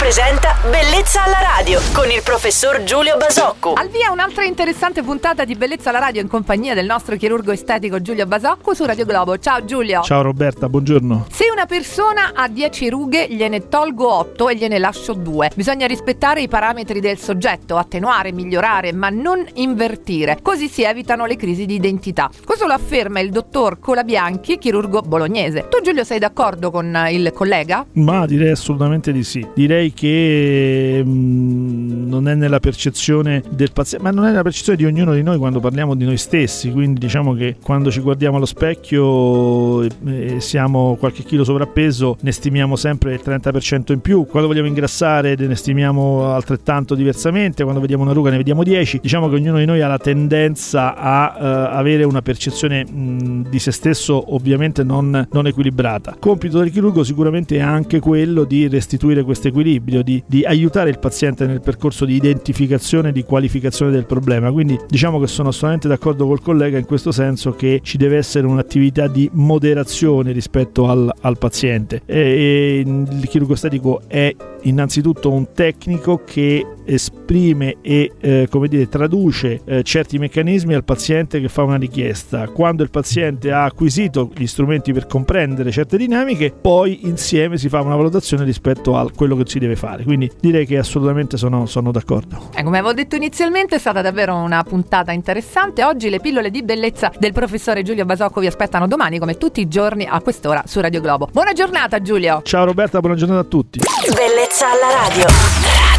presenta Bellezza alla radio con il professor Giulio Basocco. Al via un'altra interessante puntata di Bellezza alla radio in compagnia del nostro chirurgo estetico Giulio Basocco su Radio Globo. Ciao Giulio. Ciao Roberta, buongiorno. Se una persona ha 10 rughe, gliene tolgo 8 e gliene lascio 2. Bisogna rispettare i parametri del soggetto, attenuare, migliorare, ma non invertire. Così si evitano le crisi di identità. Questo lo afferma il dottor Colabianchi, chirurgo bolognese. Tu Giulio sei d'accordo con il collega? Ma direi assolutamente di sì. Direi che non è nella percezione del paziente, ma non è nella percezione di ognuno di noi quando parliamo di noi stessi. Quindi diciamo che quando ci guardiamo allo specchio e siamo qualche chilo sovrappeso, ne stimiamo sempre il 30% in più. Quando vogliamo ingrassare ne stimiamo altrettanto diversamente. Quando vediamo una ruga ne vediamo 10. Diciamo che ognuno di noi ha la tendenza a avere una percezione di se stesso ovviamente non equilibrata. Compito del chirurgo sicuramente è anche quello di restituire questo equilibrio, di aiutare il paziente nel percorso di identificazione e di qualificazione del problema. Quindi diciamo che sono assolutamente d'accordo col collega in questo senso, che ci deve essere un'attività di moderazione rispetto al paziente. E il chirurgo estetico è innanzitutto un tecnico che esprime e traduce certi meccanismi al paziente che fa una richiesta. Quando il paziente ha acquisito gli strumenti per comprendere certe dinamiche, poi insieme si fa una valutazione rispetto a quello che si deve fare. Quindi direi che assolutamente sono d'accordo. Come avevo detto inizialmente, è stata davvero una puntata interessante. Oggi le pillole di bellezza del professore Giulio Basocco vi aspettano domani come tutti i giorni a quest'ora su Radio Globo. Buona giornata Giulio. Ciao Roberta, buona giornata a tutti. Bellezza alla radio.